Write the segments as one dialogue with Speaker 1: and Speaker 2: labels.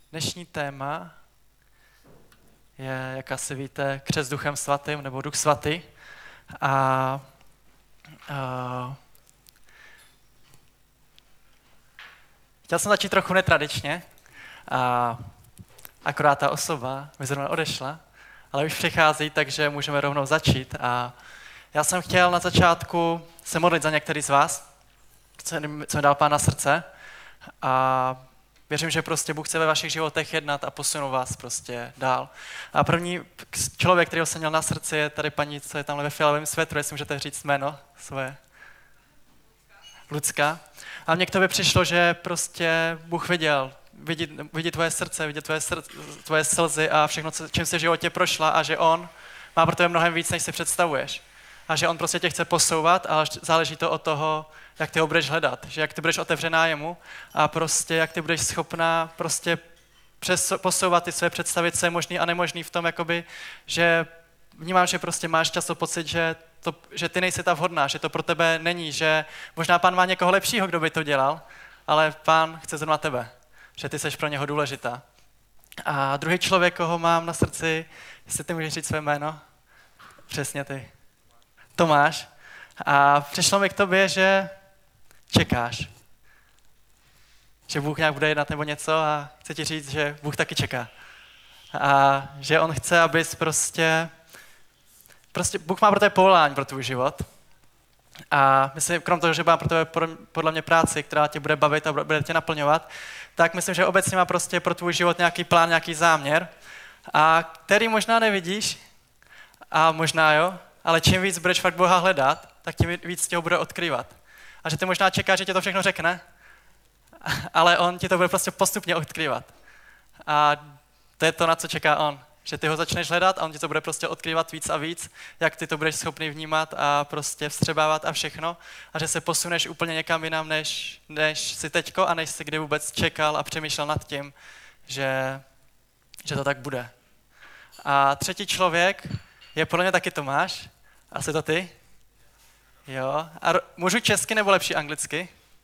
Speaker 1: Dnešní téma je, jak asi víte, křest Duchem svatým nebo Duch svatý. A chtěl jsem začít trochu netradičně, akorát ta osoba mi zrovna odešla, ale už přichází, takže můžeme rovnou začít. A já jsem chtěl na začátku se modlit za některý z vás, co mi dal Pán na srdce. A věřím, že prostě Bůh chce ve vašich životech jednat a posunout vás prostě dál. A první člověk, kterého jsem měl na srdci, je tady paní, co je tamhle ve fialovém svetru, jestli můžete říct jméno svoje. Lucka. A mně k tobě přišlo, že prostě Bůh vidí tvoje srdce, vidí tvoje slzy a všechno, čím jsi v životě prošla a že on má pro tebe mnohem víc, než si představuješ. A že on prostě tě chce posouvat, ale záleží to od toho, jak ty ho budeš hledat, že jak ty budeš otevřená jemu a prostě jak ty budeš schopná prostě posouvat ty své představy, co je možný a nemožný v tom, jakoby, že vnímám, že prostě máš často pocit, že ty nejsi ta vhodná, že to pro tebe není, že možná Pán má někoho lepšího, kdo by to dělal, ale Pán chce zrovna tebe, že ty seš pro něho důležitá. A druhý člověk, koho mám na srdci, jestli ty můžeš říct své jméno? Přesně ty. Tomáš. A přišlo mi k tobě, že čekáš. Že Bůh nějak bude jednat nebo něco a chci ti říct, že Bůh taky čeká. A že on chce, abys prostě Bůh má pro tebe povolání pro tvůj život. A myslím, krom toho, že má pro tebe podle mě práci, která tě bude bavit a bude tě naplňovat, tak myslím, že obecně má prostě pro tvůj život nějaký plán, nějaký záměr, a který možná nevidíš, a možná jo, ale čím víc budeš fakt Boha hledat, tak tím víc tě ho bude odkrývat. A že ty možná čekáš, že tě to všechno řekne, ale on ti to bude prostě postupně odkrývat. A to je to, na co čeká on. Že ty ho začneš hledat a on ti to bude prostě odkrývat víc a víc, jak ty to budeš schopný vnímat a prostě vstřebávat a všechno. A že se posuneš úplně někam jinam, než jsi teďko a než jsi kdy vůbec čekal a přemýšlel nad tím, že to tak bude. A třetí člověk je podle mě taky Tomáš. Asi to ty? Jo. A můžu česky nebo lepší anglicky?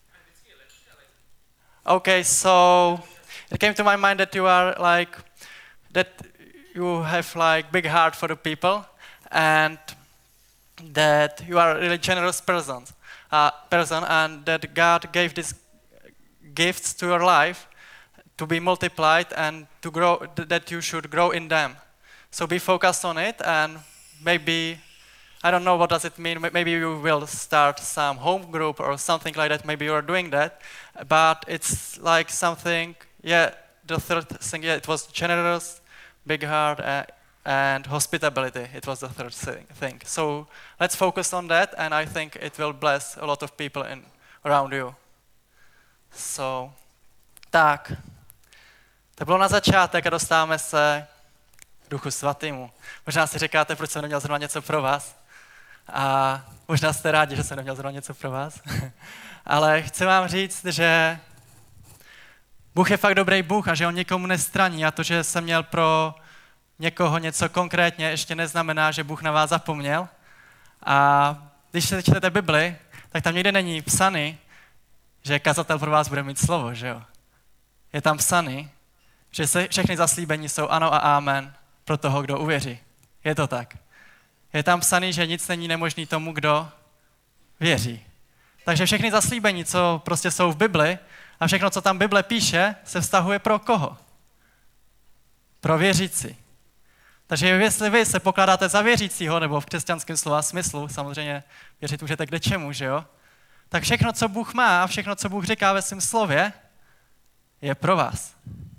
Speaker 1: Okay, so it came to my mind that you are like, that you have like big heart for the people and that you are a really generous person and that God gave these gifts to your life to be multiplied and to grow, that you should grow in them. So be focused on it and maybe, I don't know what does it mean, maybe you will start some home group or something like that, maybe you are doing that, but it's like something, the third thing, it was generous, big heart, and hospitality, it was the third thing. So let's focus on that and I think it will bless a lot of people around you. So, tak, to bylo na začátek a dostáváme se k Duchu svatýmu. Možná si říkáte, proč jsem neměl zrovna něco pro vás. A možná jste rádi, že jsem neměl zrovna něco pro vás. Ale chci vám říct, že Bůh je fakt dobrý Bůh a že on nikomu nestraní. A to, že jsem měl pro někoho něco konkrétně, ještě neznamená, že Bůh na vás zapomněl. A když se čtete Bibli, tak tam nikde není psaný, že kazatel pro vás bude mít slovo, že jo? Je tam psaný, že všechny zaslíbení jsou ano a amen pro toho, kdo uvěří. Je to tak. Je tam psaný, že nic není nemožný tomu, kdo věří. Takže všechny zaslíbení, co prostě jsou v Bibli a všechno, co tam Bible píše, se vztahuje pro koho? Pro věřící. Takže jestli vy se pokládáte za věřícího, nebo v křesťanském slova smyslu, samozřejmě věřit můžete kde čemu, že jo? Tak všechno, co Bůh má a všechno, co Bůh říká ve svém slově, je pro vás.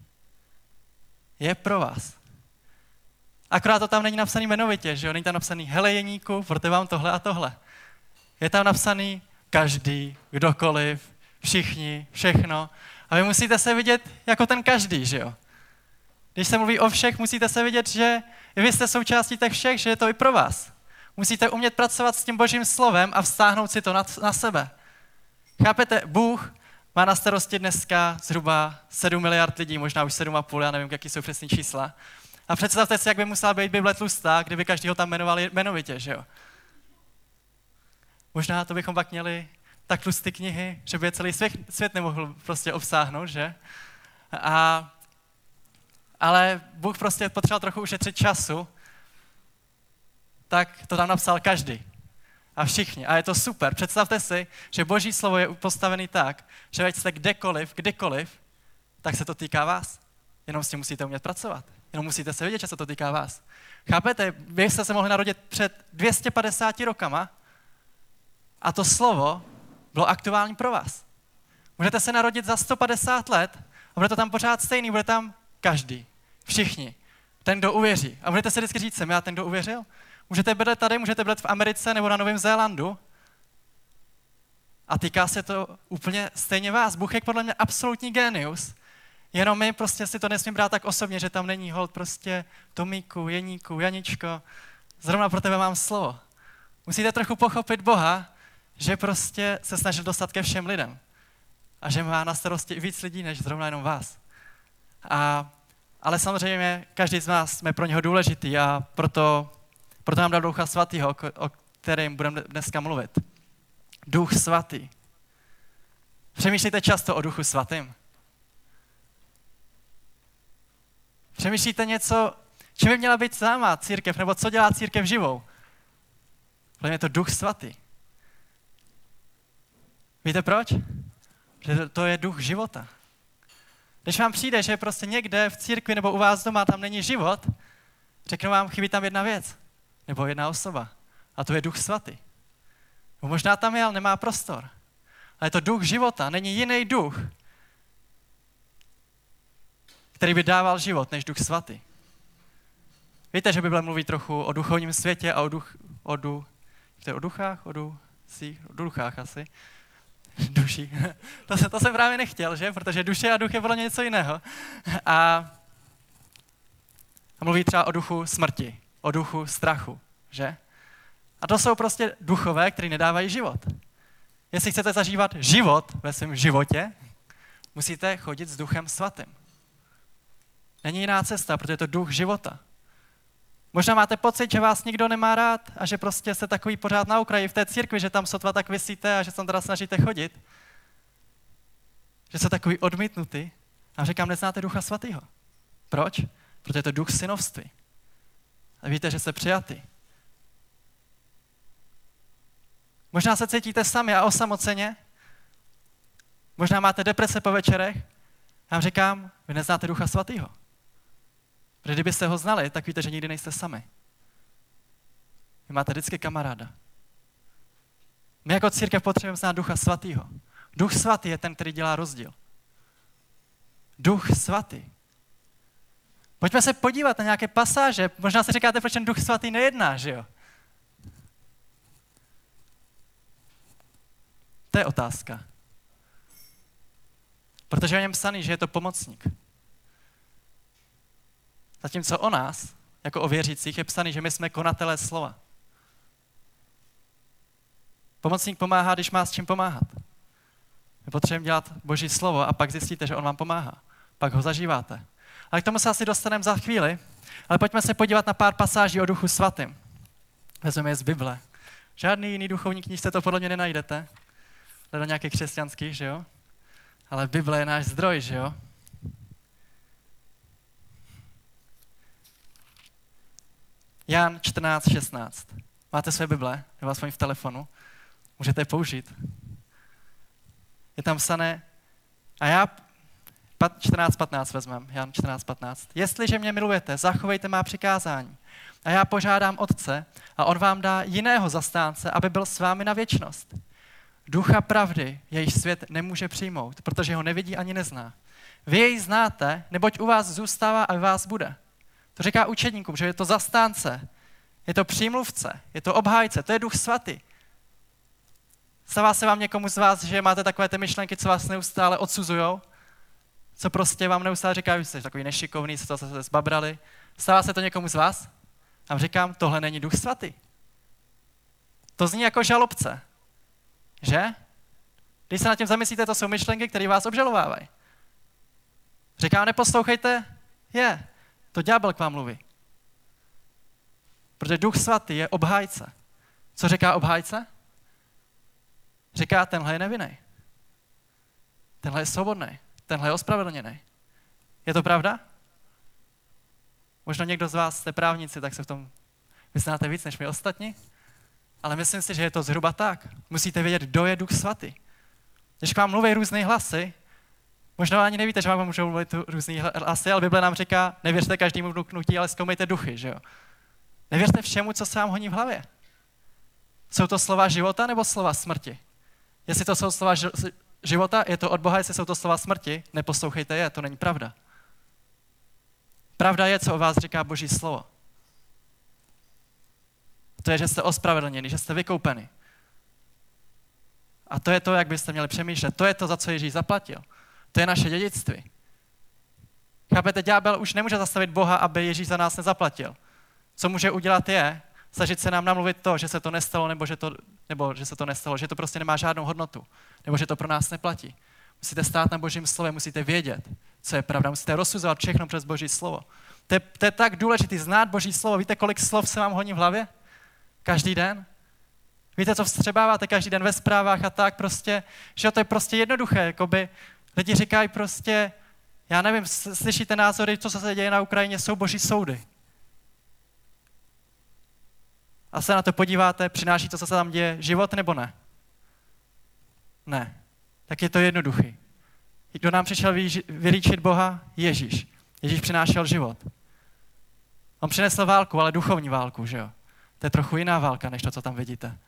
Speaker 1: Je pro vás. Akorát to tam není napsaný jmenovitě, že jo? Není tam napsaný hele Jeníku, pro tebe vám tohle a tohle. Je tam napsaný každý, kdokoliv, všichni, všechno. A vy musíte se vidět jako ten každý, že jo? Když se mluví o všech, musíte se vidět, že vy jste součástí těch všech, že je to i pro vás. Musíte umět pracovat s tím Božím slovem a vztáhnout si to na sebe. Chápete? Bůh má na starosti dneska zhruba 7 miliard lidí, možná už 7,5, já nevím, jaký jsou přesný čísla. A představte si, jak by musela být Bible tlustá, kdyby každý ho tam jmenovali jmenovitě, že jo? Možná to bychom pak měli tak tlusté knihy, že by je celý svět nemohl prostě obsáhnout, že? A ale Bůh prostě potřeboval trochu ušetřit času, tak to tam napsal každý. A všichni. A je to super. Představte si, že Boží slovo je postavený tak, že ať jste kdykoliv, tak se to týká vás. Jenom s tím musíte umět pracovat. Jenom musíte se vědět, že se to týká vás. Chápete? Vy jste se mohli narodit před 250 rokama a to slovo bylo aktuální pro vás. Můžete se narodit za 150 let a bude to tam pořád stejný, bude tam každý, všichni, ten, kdo uvěří. A budete se vždycky říct, jsem já ten, kdo uvěřil? Můžete bydlet tady, můžete bydlet v Americe nebo na Novém Zélandu a týká se to úplně stejně vás. Bůh je podle mě absolutní génius, jenom my prostě si to nesmím brát tak osobně, že tam není hold prostě Tomíku, Jeníku, Janičko, zrovna pro tebe mám slovo. Musíte trochu pochopit Boha, že prostě se snažil dostat ke všem lidem a že má na starosti víc lidí, než zrovna jenom vás. Ale samozřejmě každý z nás jsme pro něho důležitý a proto nám dal Ducha Svatého, o kterém budeme dneska mluvit. Duch Svatý. Přemýšlíte často o Duchu Svatém? Přemýšlíte něco, čím by měla být známá církev, nebo co dělá církev živou? Protože je to Duch Svatý. Víte proč? Protože to je duch života. Když vám přijde, že prostě někde v církvi nebo u vás doma tam není život, řeknu vám, chybí tam jedna věc. Nebo jedna osoba. A to je Duch Svatý. Bo možná tam je, ale nemá prostor. Ale je to duch života. Není jiný duch, který by dával život, než Duch Svatý. Víte, že Bible mluví trochu o duchovním světě a o duchách asi. Duší. To jsem právě nechtěl, že? Protože duše a duch je bylo něco jiného. A mluví třeba o duchu smrti, o duchu strachu, že? A to jsou prostě duchové, který nedávají život. Jestli chcete zažívat život ve svém životě, musíte chodit s Duchem Svatým. Není jiná cesta, protože je to duch života. Možná máte pocit, že vás nikdo nemá rád a že prostě jste takový pořád na okraji v té církvi, že tam sotva tak visíte a že se tam teda snažíte chodit. Že jste takový odmítnutý. A říkám, neznáte Ducha Svatého. Proč? Protože je to duch synovství. A víte, že jste přijatý. Možná se cítíte sami a osamoceně. Možná máte deprese po večerech. Já vám říkám, vy neznáte Ducha Svatého. Protože kdybyste ho znali, tak víte, že nikdy nejste sami. Vy máte vždycky kamaráda. My jako církev potřebujeme znát Ducha Svatého. Duch Svatý je ten, který dělá rozdíl. Duch Svatý. Pojďme se podívat na nějaké pasáže. Možná si říkáte, proč ten Duch Svatý nejedná, že jo? To je otázka. Protože je o něm psaný, že je to pomocník. Zatímco o nás, jako o věřících, je psaný, že my jsme konatelé slova. Pomocník pomáhá, když má s čím pomáhat. My potřebujeme dělat Boží slovo a pak zjistíte, že on vám pomáhá. Pak ho zažíváte. Ale k tomu se asi dostaneme za chvíli, ale pojďme se podívat na pár pasáží o Duchu Svatém. Vezmeme je z Bible. Žádný jiný duchovní knížce to podle mě nenajdete. Hledá nějaký křesťanský, že jo? Ale Bible je náš zdroj, že jo? Jan 14:16. Máte své Bible, nebo aspoň v telefonu. Můžete je použít. Je tam psané, a já 14:15 vezmem, Jan 14:15. Jestliže mě milujete, zachovejte má přikázání. A já požádám Otce a on vám dá jiného zastánce, aby byl s vámi na věčnost. Ducha pravdy, jejíž svět nemůže přijmout, protože ho nevidí ani nezná. Vy jej znáte, neboť u vás zůstává a v vás bude. To říká učedníkům, že je to zastánce, je to přímluvce, je to obhájce, to je Duch Svatý. Stává se vám někomu z vás, že máte takové ty myšlenky, co vás neustále odsuzujou, co prostě vám neustále říkají, že jste takový nešikovný, co se zbabrali. Stává se to někomu z vás? A vám říkám, tohle není Duch Svatý. To zní jako žalobce, že? Když se nad tím zamyslíte, to jsou myšlenky, které vás obžalovávají. Říkám, neposlouchejte, to ďábel k vám mluví. Protože Duch Svatý je obhájce. Co říká obhájce? Říká, tenhle je nevinný. Tenhle je svobodný. Tenhle je ospravedlněný. Je to pravda? Možná někdo z vás jste právníci, tak se v tom vyznáte víc než my ostatní, ale myslím si, že je to zhruba tak. Musíte vědět, kdo je Duch Svatý. Když k vám mluví různé hlasy, možná ani nevíte, že vám můžou mluvit různý hlasy, ale Bible nám říká, nevěřte každému vnuknutí, ale zkoumejte duchy, že jo. Nevěřte všemu, co se vám honí v hlavě. Jsou to slova života nebo slova smrti? Jestli to jsou slova života, je to od Boha, jestli jsou to slova smrti, neposlouchejte je, to není pravda. Pravda je, co o vás říká Boží slovo. To je, že jste ospravedlněni, že jste vykoupeni. A to je to, jak byste měli přemýšlet. To je to, za co Ježíš zaplatil. To je naše dědictví. Chápete, ďábel už nemůže zastavit Boha, aby Ježíš za nás nezaplatil. Co může udělat je, snažit se nám namluvit to, že se to nestalo, nebo že se to nestalo, že to prostě nemá žádnou hodnotu, nebo že to pro nás neplatí. Musíte stát na Božím slově, musíte vědět, co je pravda, musíte rozsuzovat všechno přes Boží slovo. To je tak důležité znát Boží slovo. Víte, kolik slov se vám honí v hlavě? Každý den? Víte, co vstřebáváte každý den ve zprávách a tak prostě, že to je prostě jednoduché, jakoby lidi říkají prostě, já nevím, slyšíte názory, co se děje na Ukrajině, jsou Boží soudy. A se na to podíváte, přináší to, co se tam děje, život nebo ne? Ne. Tak je to jednoduchý. Kdo nám přišel vylíčit Boha? Ježíš. Ježíš přinášel život. On přinesl válku, ale duchovní válku, že jo? To je trochu jiná válka, než to, co tam vidíte.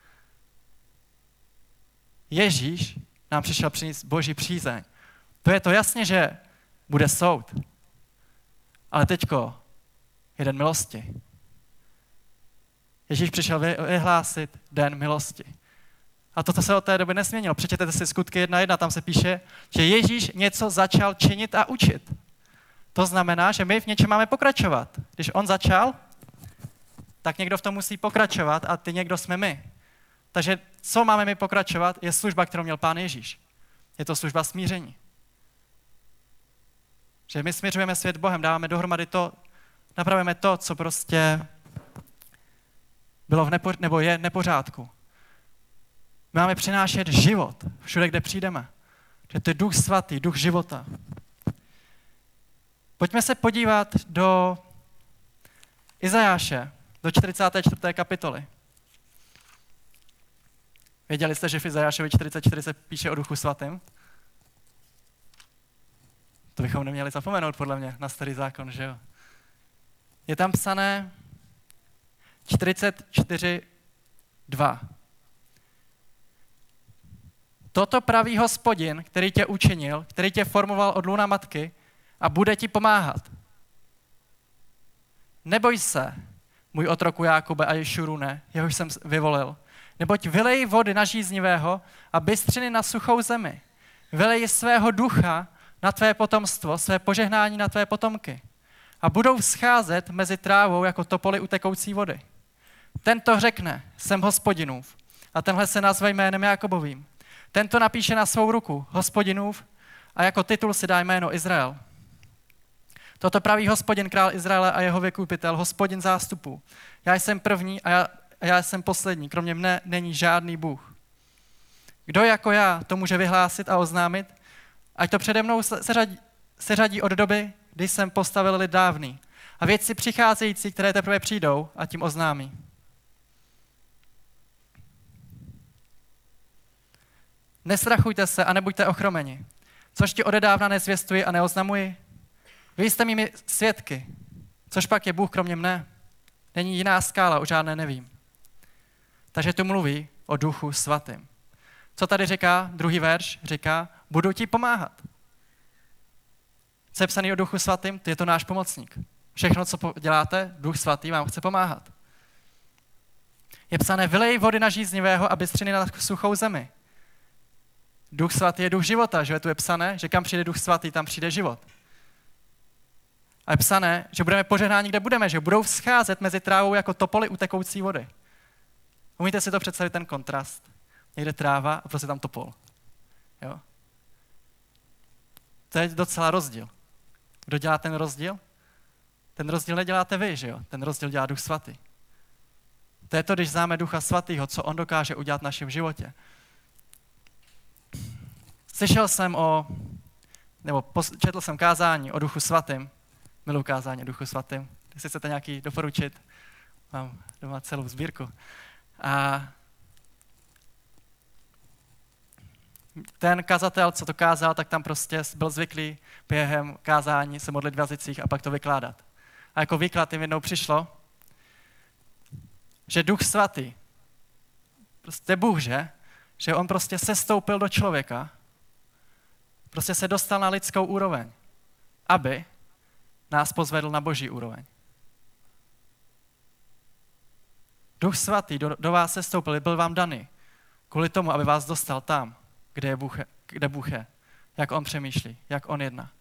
Speaker 1: Ježíš nám přišel přinést Boží přízeň. To je to jasně, že bude soud. Ale teďko je den milosti. Ježíš přišel vyhlásit den milosti. A toto se od té doby nesměnilo. Přečtěte si Skutky 1.1, tam se píše, že Ježíš něco začal činit a učit. To znamená, že my v něčem máme pokračovat. Když on začal, tak někdo v tom musí pokračovat a ty někdo jsme my. Takže co máme my pokračovat, je služba, kterou měl Pán Ježíš. Je to služba smíření. Že my směřujeme svět Bohem, dáváme dohromady to, napravíme to, co prostě bylo nebo je v nepořádku. My máme přinášet život všude, kde přijdeme. Že to je Duch Svatý, Duch života. Pojďme se podívat do Izajáše, do 44. kapitoly. Věděli jste, že v Izajášovi 44 se píše o Duchu Svatém? To bychom neměli zapomenout, podle mě, na starý zákon, že jo? Je tam psané 44:2. Toto praví Hospodin, který tě učinil, který tě formoval od lůna matky a bude ti pomáhat. Neboj se, můj otroku Jákobe a Ješurune, jehož jsem vyvolil, neboť vylej vody na žíznivého a bystřiny na suchou zemi. Vylej svého ducha na tvé potomstvo, své požehnání na tvé potomky. A budou scházet mezi trávou jako topoly u tekoucí vody. Tento řekne, jsem Hospodinův, a tenhle se nazve jménem Jákobovým. Tento napíše na svou ruku, Hospodinův, a jako titul si dá jméno Izrael. Toto praví Hospodin, král Izraele a jeho vykupitel, Hospodin zástupů. Já jsem první a já jsem poslední, kromě mne není žádný Bůh. Kdo jako já to může vyhlásit a oznámit? Ať to přede mnou se řadí od doby, kdy jsem postavil lid dávný. A věci přicházející, které teprve přijdou, a tím oznámí. Nestrachujte se a nebuďte ochromeni. Což ti odedávna nezvěstuji a neoznamuji? Vy jste mými svědky. Což pak je Bůh kromě mne? Není jiná skála, o žádné nevím. Takže tu mluví o Duchu Svatém. Co tady říká? Druhý verš říká, budu ti pomáhat. Co je psaný o Duchu Svatém? Je to náš pomocník. Všechno, co děláte, Duch Svatý vám chce pomáhat. Je psané, vylej vody na žíznivého a bystřiny na suchou zemi. Duch Svatý je duch života, že tu je psané, že kam přijde Duch Svatý, tam přijde život. A je psané, že budeme požehnáni, kde budeme, že budou vzcházet mezi trávou jako topoly u tekoucí vody. Umíte si to představit, ten kontrast? Někde tráva a prostě tam topol. Jo? To je docela rozdíl. Kdo dělá ten rozdíl? Ten rozdíl neděláte vy, že jo? Ten rozdíl dělá Duch Svatý. To je to, když známe Ducha Svatého, co on dokáže udělat v našem životě. Slyšel jsem četl jsem kázání o Duchu Svatém, miluji kázání o Duchu Svatém, jestli chcete nějaký doporučit. Mám doma celou sbírku. A ten kazatel, co to kázal, tak tam prostě byl zvyklý během kázání se modlit v jazycích a pak to vykládat. A jako výklad jim jednou přišlo, že Duch Svatý, prostě Bůh, že on prostě sestoupil do člověka, prostě se dostal na lidskou úroveň, aby nás pozvedl na boží úroveň. Duch Svatý do vás sestoupil, byl vám daný kvůli tomu, aby vás dostal tam, kde Bůh je, jak on přemýšlí, jak on jedná.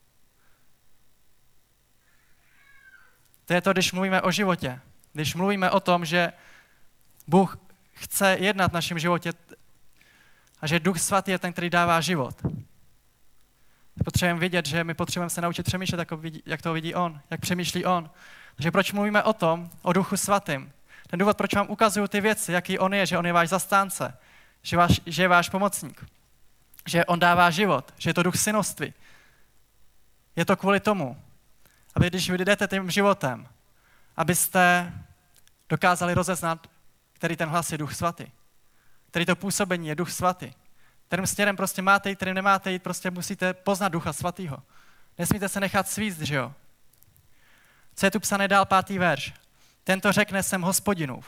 Speaker 1: To je to, když mluvíme o životě, když mluvíme o tom, že Bůh chce jednat v našem životě a že Duch Svatý je ten, který dává život. Potřebujeme vidět, že my potřebujeme se naučit přemýšlet, jak to vidí on, jak přemýšlí on. Takže proč mluvíme o tom, o Duchu Svatým? Ten důvod, proč vám ukazuju ty věci, jaký on je, že on je váš zastánce, že je váš pomocník, že on dává život, že je to duch synoství. Je to kvůli tomu, aby když vy jdete tím životem, abyste dokázali rozeznat, který ten hlas je Duch Svatý, který to působení je Duch Svatý. Kterým směrem prostě máte jít, kterým nemáte jít, prostě musíte poznat Ducha Svatýho. Nesmíte se nechat svízt, že jo? Co je tu psané dál, 5. verš? Tento řekne, jsem Hospodinův.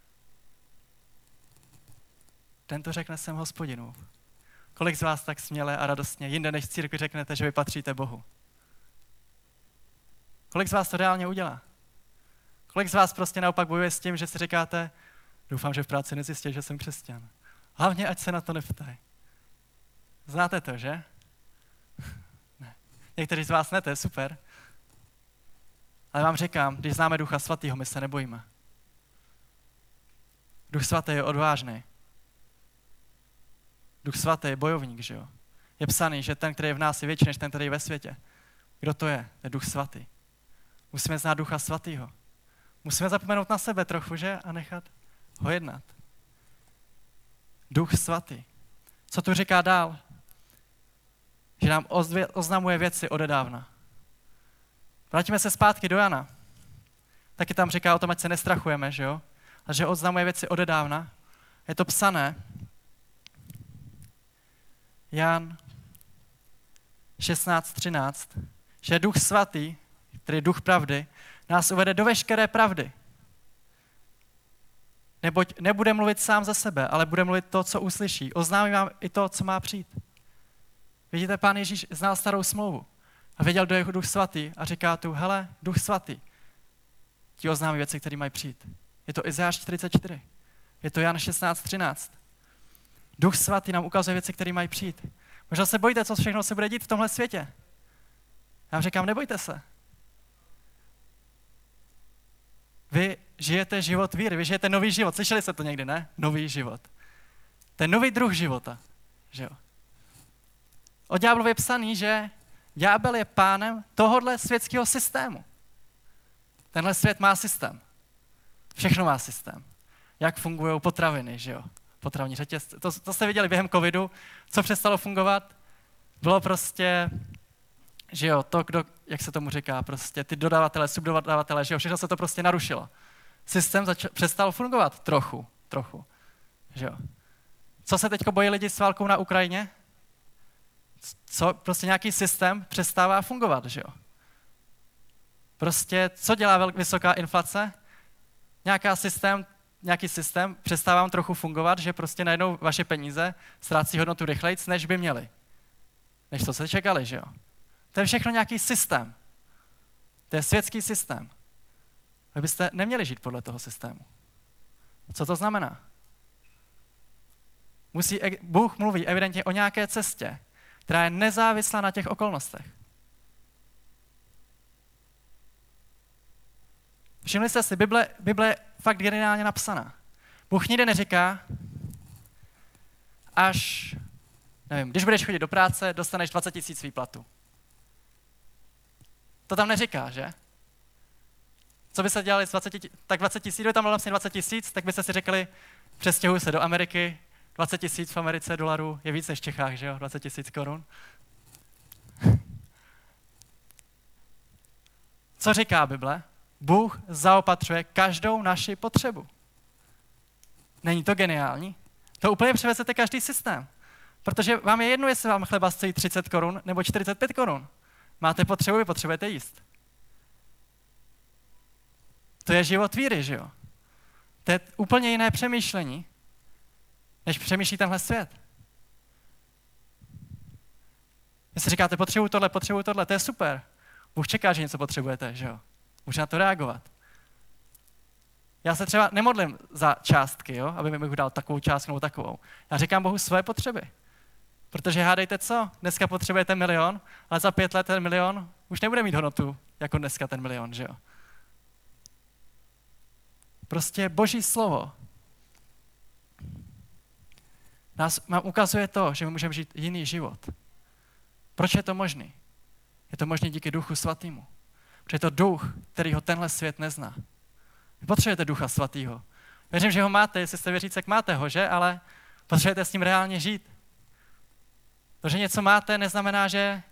Speaker 1: Tento řekne, jsem Hospodinův. Kolik z vás tak směle a radostně jinde než v církvi řeknete, že vy patříte Bohu? Kolik z vás to reálně udělá? Kolik z vás prostě naopak bojuje s tím, že si říkáte, doufám, že v práci nezjistí, že jsem křesťan. Hlavně, ať se na to neptají. Znáte to, že? Ne. Někteří z vás ne, to je super. Ale vám říkám, když známe Ducha Svatého, my se nebojíme. Duch Svatý je odvážný. Duch Svatý je bojovník, že jo? Je psaný, že ten, který je v nás, je větší než ten, který je ve světě. Kdo to je? Je Duch Svatý. Musíme znát Ducha Svatého. Musíme zapomenout na sebe trochu, že? A nechat ho jednat. Duch Svatý. Co tu říká dál? Že nám oznamuje věci odedávna. Vrátíme se zpátky do Jana. Taky tam říká o tom, ať se nestrachujeme, že jo? A že oznamuje věci odedávna. Je to psané. Jan 16:13. Že Duch Svatý, který je Duch pravdy, nás uvede do veškeré pravdy. Neboť nebude mluvit sám za sebe, ale bude mluvit to, co uslyší. Oznámí vám i to, co má přijít. Vidíte, Pán Ježíš znal starou smlouvu a věděl, kdo je Duch Svatý a říká tu, hele, Duch Svatý ti oznámí věci, které mají přijít. Je to Izajáš 44. Je to Jan 16:13. Duch Svatý nám ukazuje věci, které mají přijít. Možná se bojíte, co všechno se bude dít v tomhle světě. Já vám říkám, nebojte se. Vy žijete život víry, vy žijete nový život. Slyšeli jste to někdy, ne? Nový život. To je nový druh života, že jo? O ďáblovi je psaný, že ďábel je pánem tohohle světského systému. Tenhle svět má systém. Všechno má systém. Jak fungují potraviny, že jo? Potravní řetězce. To jste viděli během covidu. Co přestalo fungovat? Bylo prostě, že jo, to, kdo, jak se tomu říká, prostě ty dodavatele, subdodavatele, že jo, všechno se to prostě narušilo. Systém přestal fungovat trochu, že jo. Co se teďko bojí lidi s válkou na Ukrajině? Co, prostě nějaký systém přestává fungovat, že jo. Prostě, co dělá vysoká inflace? Nějaký systém přestává vám trochu fungovat, že prostě najednou vaše peníze ztrácí hodnotu rychlejc, než by měly. Než to se čekali, že jo. To je všechno nějaký systém. To je světský systém. Vy byste neměli žít podle toho systému. Co to znamená? Bůh mluví evidentně o nějaké cestě, která je nezávislá na těch okolnostech. Všimli jste si, Bible je fakt geniálně napsaná. Bůh nikdy neříká, až, nevím, když budeš chodit do práce, dostaneš 20 000 výplatu. To tam neříká, že? Co by se dělali s 20 000? Tak 20 000, kdyby tam bylo napsané 20 000, tak byste si řekli, přestěhuji se do Ameriky, 20 000 v Americe dolarů je víc než v Čechách, že jo? 20 000 korun. Co říká Bible? Bůh zaopatřuje každou naši potřebu. Není to geniální? To úplně převezete každý systém. Protože vám je jedno, jestli vám chleba stojí 30 korun nebo 45 korun. Máte potřebu, vy potřebujete jíst. To je život víry, že jo? To je úplně jiné přemýšlení, než přemýšlí tenhle svět. Jestli říkáte, potřebuju tohle, to je super. Bůh čeká, že něco potřebujete, že jo? Může na to reagovat. Já se třeba nemodlím za částky, jo? Aby mi Bůh dal takovou částku nebo takovou. Já říkám Bohu svoje potřeby. Protože hádejte co? Dneska potřebujete 1 milion, ale za 5 let ten 1 milion už nebude mít hodnotu jako dneska ten 1 milion, že jo? Prostě Boží slovo nám ukazuje to, že my můžeme žít jiný život. Proč je to možný? Je to možné díky Duchu Svatýmu. Protože je to duch, který ho tenhle svět nezná. Vy potřebujete Ducha Svatýho. Věřím, že ho máte, jestli jste věřícek, máte ho, že? Ale potřebujete s ním reálně žít. To, že něco máte, neznamená, že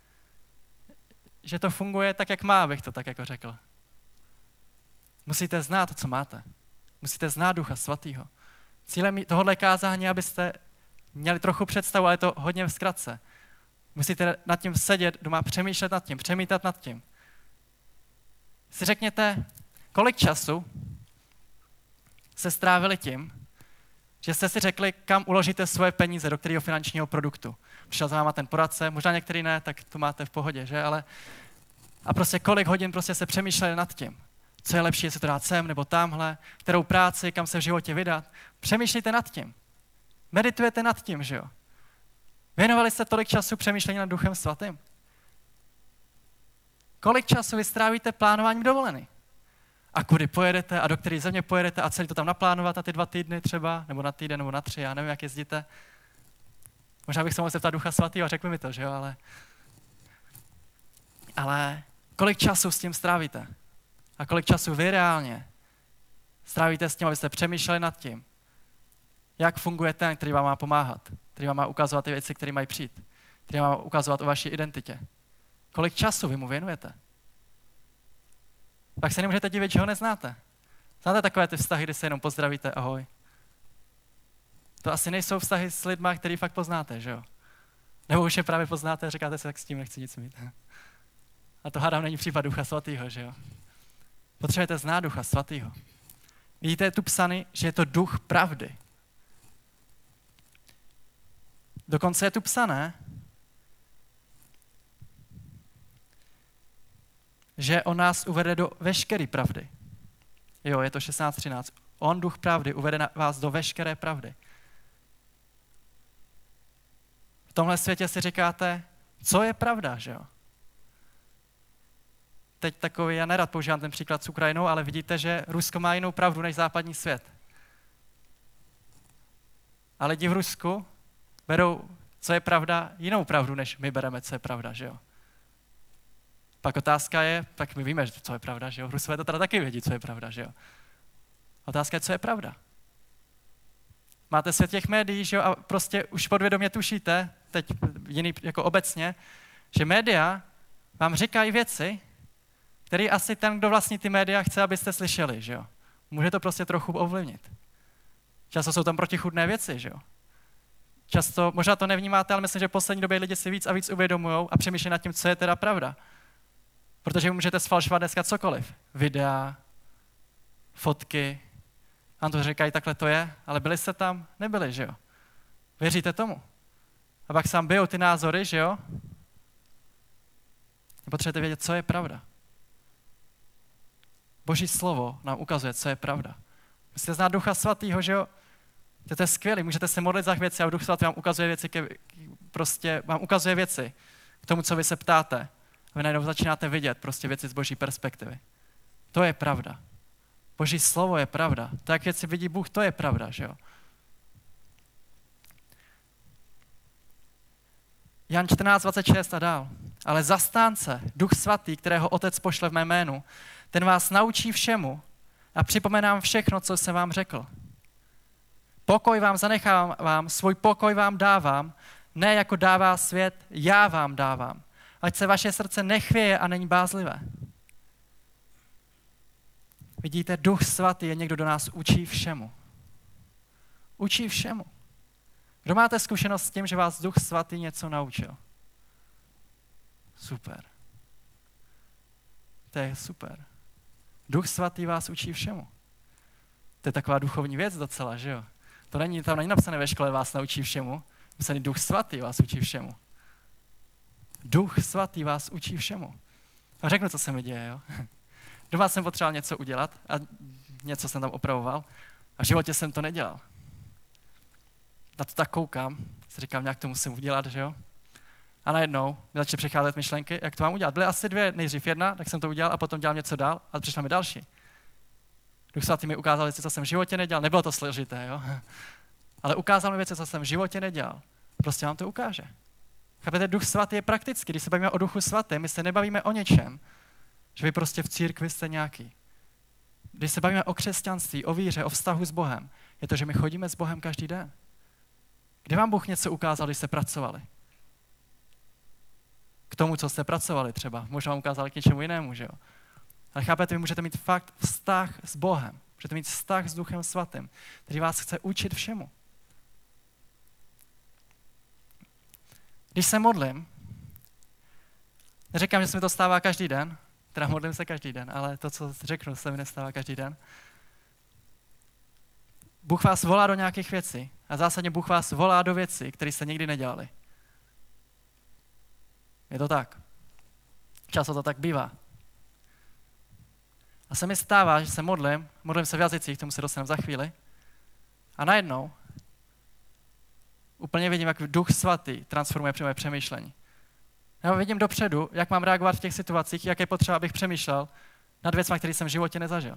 Speaker 1: to funguje tak, jak má, abych to tak jako řekl. Musíte znát to, co máte. Musíte znát Ducha Svatýho. Cílem tohohle kázání, abyste měli trochu představu, ale je to hodně v zkratce. Musíte nad tím sedět doma, přemýšlet nad tím, přemítat nad tím. Si řekněte, kolik času se strávili tím, že jste si řekli, kam uložíte svoje peníze, do kterého finančního produktu. Přišel za váma ten poradce, možná některý ne, tak to máte v pohodě, že? A prostě kolik hodin prostě se přemýšleli nad tím, co je lepší, jestli to dát sem nebo tamhle, kterou práci, kam se v životě vydat. Přemýšlejte nad tím. Meditujete nad tím, že jo? Věnovali jste tolik času přemýšlení nad Duchem Svatým? Kolik času vy strávíte plánováním dovolený? A kudy pojedete a do které země pojedete a celý to tam naplánovat na ty 2 týdny třeba, nebo na týden, nebo na 3, já nevím, jak jezdíte. Možná bych se mohl zeptat Ducha Svatého a řekl mi to, že jo, ale kolik času s tím strávíte? A kolik času vy reálně strávíte s tím, abyste přemýšleli nad tím, jak funguje ten, který vám má pomáhat, který vám má ukazovat ty věci, které mají přijít, který vám má ukazovat o vaší identitě. Kolik času vy mu věnujete? Pak se nemůžete divit, že ho neznáte. Znáte takové ty vztahy, kdy se jenom pozdravíte, ahoj. To asi nejsou vztahy s lidma, který fakt poznáte, že jo? Nebo už je právě poznáte a říkáte si, tak s tím nechci nic mít. A to hádám není případ Ducha Svatého, že jo? Potřebujete znát Ducha Svatého. Vidíte, je tu psaný, že je to duch pravdy. Dokonce je tu psané, že on nás uvede do veškeré pravdy. Jo, je to 16:13. On, duch pravdy, uvede vás do veškeré pravdy. V tomhle světě si říkáte, co je pravda, že jo? Teď takový, já nerad používám ten příklad s Ukrajinou, ale vidíte, že Rusko má jinou pravdu než západní svět. A lidi v Rusku berou, co je pravda, jinou pravdu, než my bereme, co je pravda, že jo? Pak otázka je, tak my víme, co je pravda, že jo? Rusové to teda taky vědí, co je pravda, že jo? Otázka je, co je pravda. Máte svět těch médií, že jo? A prostě už podvědomě tušíte, teď jiný jako obecně, že média vám říkají věci, které asi ten, kdo vlastní ty média, chce, abyste slyšeli, že jo? Může to prostě trochu ovlivnit. Často jsou tam protichůdné věci, že jo? Často, možná to nevnímáte, ale myslím, že v poslední době lidi si víc a víc uvědomujou a přemýšlejí nad tím, co je teda pravda. Protože vy můžete sfalšovat dneska cokoliv. Videa, fotky. Vám to říkají, takhle to je, ale byli jste tam? Nebyli, že jo? Věříte tomu? A pak sám bijou ty názory, že jo? Potřebujete vědět, co je pravda. Boží slovo nám ukazuje, co je pravda. Musíte znát Ducha Svatého, že jo? To je skvělé, můžete se modlit za věci a Duch Svatý vám ukazuje věci, prostě vám ukazuje věci k tomu, co vy se ptáte. A vy najednou začínáte vidět prostě věci z Boží perspektivy. To je pravda. Boží slovo je pravda. To, jak věci vidí Bůh, to je pravda, že jo? Jan 14:26 a dál. Ale zastánce, Duch Svatý, kterého Otec pošle v mé jménu, ten vás naučí všemu a připomenám všechno, co jsem vám řekl. Pokoj vám zanechávám, svůj pokoj vám dávám, ne jako dává svět, já vám dávám. Ať se vaše srdce nechvěje a není bázlivé. Vidíte, Duch Svatý je někdo, kdo nás učí všemu. Učí všemu. Kdo máte zkušenost s tím, že vás Duch Svatý něco naučil? Super. To je super. Duch Svatý vás učí všemu. To je taková duchovní věc docela, že jo? Tam není napsané ve škole vás naučí všemu. Napsané Duch Svatý vás učí všemu. Duch Svatý vás učí všemu. A řeknu, co se mi děje, jo? Doma jsem potřeboval něco udělat a něco jsem tam opravoval a v životě jsem to nedělal. Na to tak koukám, si říkám, nějak to musím udělat, že jo? A najednou mi začaly přicházet myšlenky, jak to mám udělat. Byly asi dvě, nejdřív jedna, tak jsem to udělal a potom dělal něco dál a přišla mi další. Duch Svatý mi ukázal věci, co jsem v životě nedělal. Nebylo to složité, jo? Ale ukázal mi věci, co jsem v životě nedělal. Prostě vám to ukáže. Chápete, Duch Svatý je praktický. Když se bavíme o Duchu Svatém, my se nebavíme o něčem, že vy prostě v církvi jste nějaký. Když se bavíme o křesťanství, o víře, o vztahu s Bohem, je to, že my chodíme s Bohem každý den. Kde vám Bůh něco ukázal, když jste pracovali? K tomu, co jste pracovali třeba. Možná vám ukázal k něčemu jinému, že jo? Ale chápete, vy můžete mít fakt vztah s Bohem. Můžete mít vztah s Duchem Svatým, který vás chce učit všemu. Když se modlím, neříkám, že se mi to stává každý den, teda modlím se každý den, ale to, co řeknu, se mi nestává každý den. Bůh vás volá do nějakých věcí a zásadně Bůh vás volá do věcí, které jste nikdy nedělali. Je to tak. Často to tak bývá. A se mi stává, že se modlím se v jazycích, k tomu se dostaneme za chvíli, a najednou úplně vidím, jak Duch Svatý transformuje moje přemýšlení. Já vidím dopředu, jak mám reagovat v těch situacích, jak je potřeba, abych přemýšlel nad věcmi, které jsem v životě nezažil.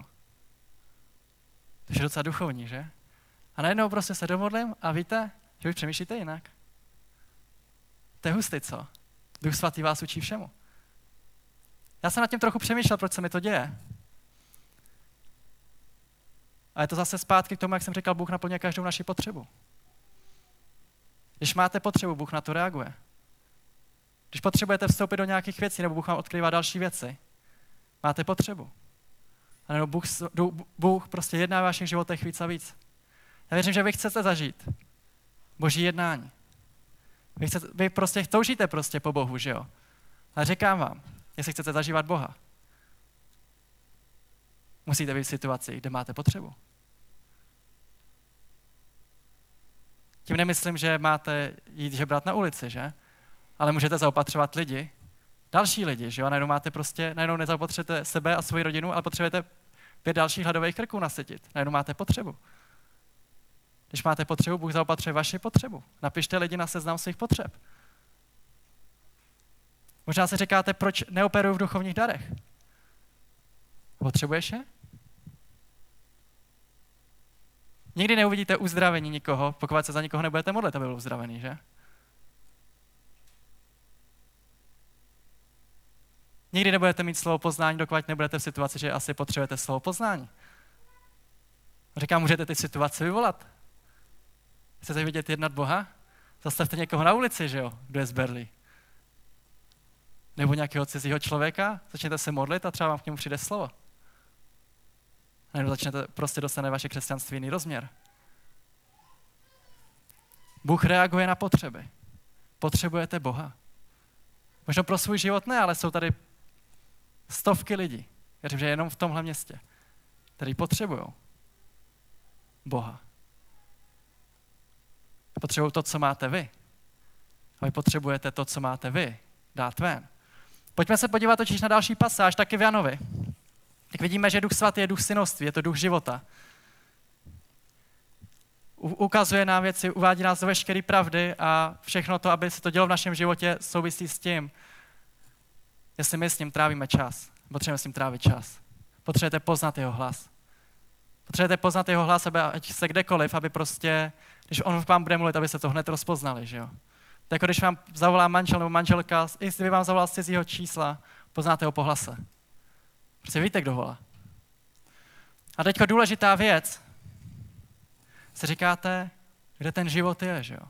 Speaker 1: To je docela duchovní, že? A najednou prostě se domodlím a víte, že vy přemýšlíte jinak. To je hustý, co? Duch Svatý vás učí všemu. Já jsem nad tím trochu přemýšlel, proč se mi to děje. A je to zase zpátky k tomu, jak jsem říkal, Bůh naplňuje každou naši potřebu. Když máte potřebu, Bůh na to reaguje. Když potřebujete vstoupit do nějakých věcí, nebo Bůh vám odkrývá další věci, máte potřebu. A nebo Bůh prostě jedná v vašich životech víc a víc. Já věřím, že vy chcete zažít Boží jednání. Vy prostě toužíte prostě po Bohu, že jo? Ale říkám vám, jestli chcete zažívat Boha, musíte být v situaci, kde máte potřebu. Tím nemyslím, že máte jít žebrat na ulici, že? Ale můžete zaopatřovat lidi, další lidi, že jo? Najednou nezaopatřujete sebe a svoji rodinu, ale potřebujete 5 dalších hladových krků nasytit. Najednou máte potřebu. Když máte potřebu, Bůh zaopatřuje vaši potřebu. Napište lidi na seznam svých potřeb. Možná si říkáte, proč neoperuju v duchovních darech. Potřebuješ je? Nikdy neuvidíte uzdravení nikoho, pokud se za nikoho nebudete modlit, aby byl uzdravený, že? Nikdy nebudete mít slovo poznání, dokud nebudete v situaci, že asi potřebujete slovo poznání. Říkám, můžete ty situaci vyvolat. Chcete vidět jednat Boha? Zastavte někoho na ulici, že jo, kdo je z Berlí. Nebo nějakého cizího člověka, začněte se modlit a třeba vám k němu přijde slovo. Nebo prostě dostane vaše křesťanství jiný rozměr. Bůh reaguje na potřeby. Potřebujete Boha. Možná pro svůj život ne, ale jsou tady stovky lidí, věřím, že jenom v tomhle městě, kteří potřebují Boha. Potřebují to, co máte vy. A vy potřebujete to, co máte vy, dát ven. Pojďme se podívat totiž na další pasáž, taky v Janovi. Tak vidíme, že Duch Svatý je duch synoství, je to duch života. Ukazuje nám věci, uvádí nás do veškeré pravdy a všechno to, aby se to dělo v našem životě, souvisí s tím, jestli my s ním trávíme čas. Potřebujeme s ním trávit čas. Potřebujete poznat jeho hlas. Potřebujete poznat jeho hlas, ať se kdekoliv, aby prostě, když on vám bude mluvit, aby se to hned rozpoznali, že jo. To jako když vám zavolá manžel nebo manželka, jestli by vám zavolal z cizího čísla, poznáte ho po hlase. Prostě víte, kdo volá. A teďko důležitá věc, si říkáte, kde ten život je, že jo.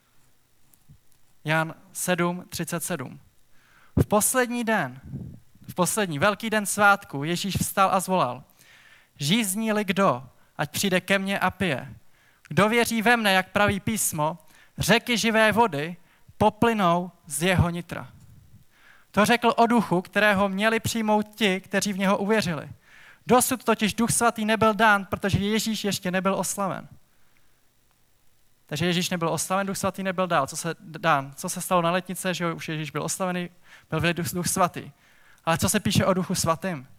Speaker 1: Jan 7:37. V poslední velký den svátku, Ježíš vstal a zvolal: žízní-li kdo, ať přijde ke mně a pije. Kdo věří ve mne, jak praví písmo, řeky živé vody poplynou z jeho nitra. To řekl o duchu, kterého měli přijmout ti, kteří v něho uvěřili. Dosud totiž Duch Svatý nebyl dán, protože Ježíš ještě nebyl oslaven. Takže Ježíš nebyl oslaven, Duch Svatý nebyl dán. Co se stalo na letnice, že už Ježíš byl oslavený, byl vylit Duch Svatý. Ale co se píše o Duchu Svatým?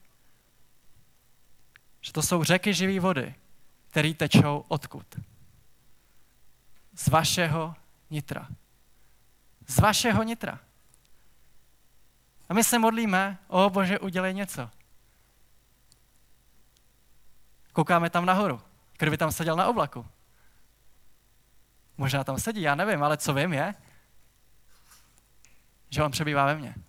Speaker 1: Že to jsou řeky živé vody, které tečou odkud? Z vašeho nitra. Z vašeho nitra. A my se modlíme, o Bože, udělej něco. Koukáme tam nahoru, kdyby tam seděl na oblaku. Možná tam sedí, já nevím, ale co vím je, že on přebývá ve mně.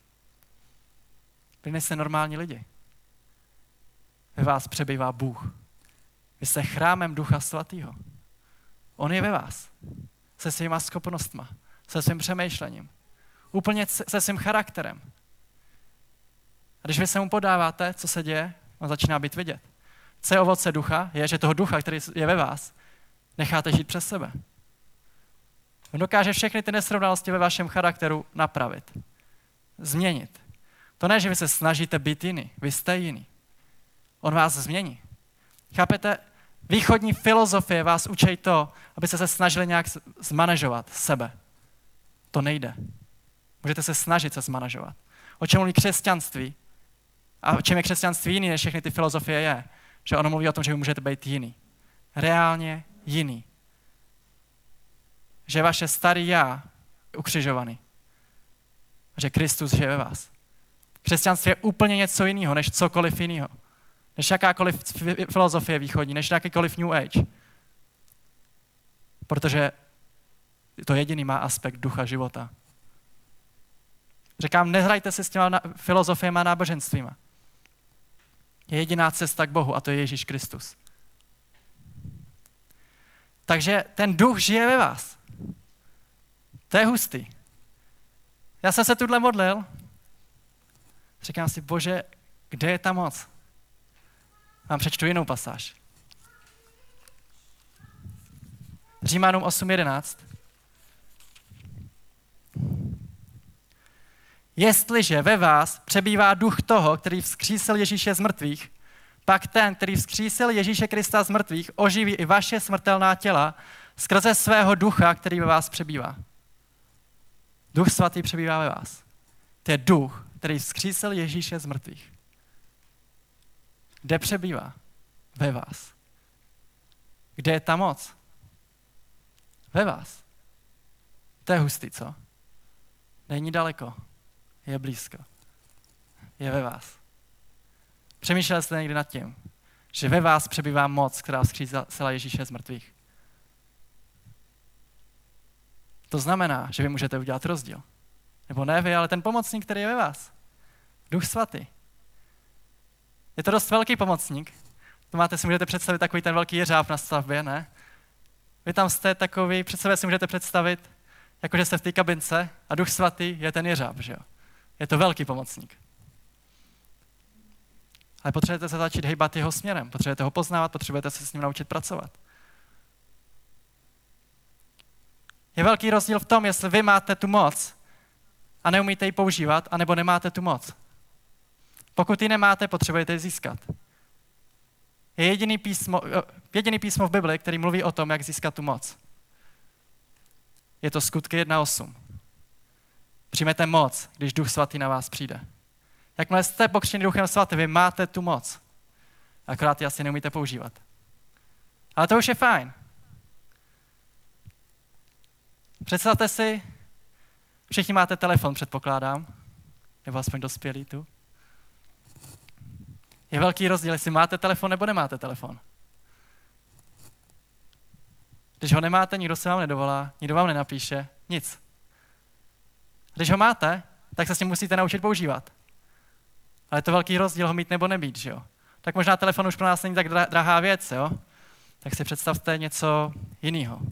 Speaker 1: Vy nejste normální lidi. Ve vás přebývá Bůh. Vy jste chrámem Ducha Svatého. On je ve vás. Se svýma schopnostma, se svým přemýšlením. Úplně se svým charakterem. A když vy se mu podáváte, co se děje, on začíná být vidět. Co je ovoce ducha, je, že toho ducha, který je ve vás, necháte žít přes sebe. On dokáže všechny ty nesrovnalosti ve vašem charakteru napravit. Změnit. To ne, že vy se snažíte být jiný. Vy jste jiný. On vás změní. Chápete? Východní filozofie vás učí to, abyste se snažili nějak zmanažovat sebe. To nejde. Můžete se snažit se zmanažovat. O čem mluví křesťanství? A o čem je křesťanství jiný, než všechny ty filozofie je? Že ono mluví o tom, že vy můžete být jiný. Reálně jiný. Že vaše starý já je ukřižovaný. A že Kristus žije ve vás. Křesťanství je úplně něco jiného, než cokoliv jiného. Než jakákoliv filozofie východní, než jakýkoliv New Age. Protože to jediný má aspekt ducha života. Říkám, nehrajte si s těma filozofiemi a náboženstvíma. Je jediná cesta k Bohu a to je Ježíš Kristus. Takže ten duch žije ve vás. To je hustý. Já jsem se tuhle modlil. Říkám si, Bože, kde je ta moc? Vám přečtu jinou pasáž. Římanům 8:11. Jestliže ve vás přebývá duch toho, který vzkřísil Ježíše z mrtvých, pak ten, který vzkřísil Ježíše Krista z mrtvých, oživí i vaše smrtelná těla skrze svého ducha, který ve vás přebývá. Duch Svatý přebývá ve vás. To je duch, který vzkřísil Ježíše z mrtvých. Kde přebývá? Ve vás. Kde je ta moc? Ve vás. To je hustý, co? Není daleko. Je blízko. Je ve vás. Přemýšleli jste někdy nad tím, že ve vás přebývá moc, která vzkřísila Ježíše z mrtvých. To znamená, že vy můžete udělat rozdíl. Nebo ne vy, ale ten pomocník, který je ve vás. Duch Svatý. Je to dost velký pomocník. To máte, si můžete představit takový ten velký jeřáb na stavbě, ne? Vy tam jste takový, před sebe si můžete představit, jakože jste v té kabince a Duch Svatý je ten jeřáb, že jo? Je to velký pomocník. Ale potřebujete se začít hejbat jeho směrem, potřebujete ho poznávat, potřebujete se s ním naučit pracovat. Je velký rozdíl v tom, jestli vy máte tu moc a neumíte ji používat, anebo nemáte tu moc. Pokud ji nemáte, potřebujete ji získat. Je jediný písmo v Bibli, který mluví o tom, jak získat tu moc. Je to Skutky 1:8. Přijmete moc, když Duch Svatý na vás přijde. Jakmile jste pokřtěni Duchem Svatým, vy máte tu moc. Akorát ji asi neumíte používat. Ale to už je fajn. Představte si, všichni máte telefon, předpokládám, nebo aspoň dospělí tu. Je velký rozdíl, jestli máte telefon nebo nemáte telefon. Když ho nemáte, nikdo se vám nedovolá, nikdo vám nenapíše, nic. Když ho máte, tak se s ním musíte naučit používat. Ale je to velký rozdíl ho mít nebo nemít, že jo? Tak možná telefon už pro nás není tak drahá věc, jo? Tak si představte něco jiného.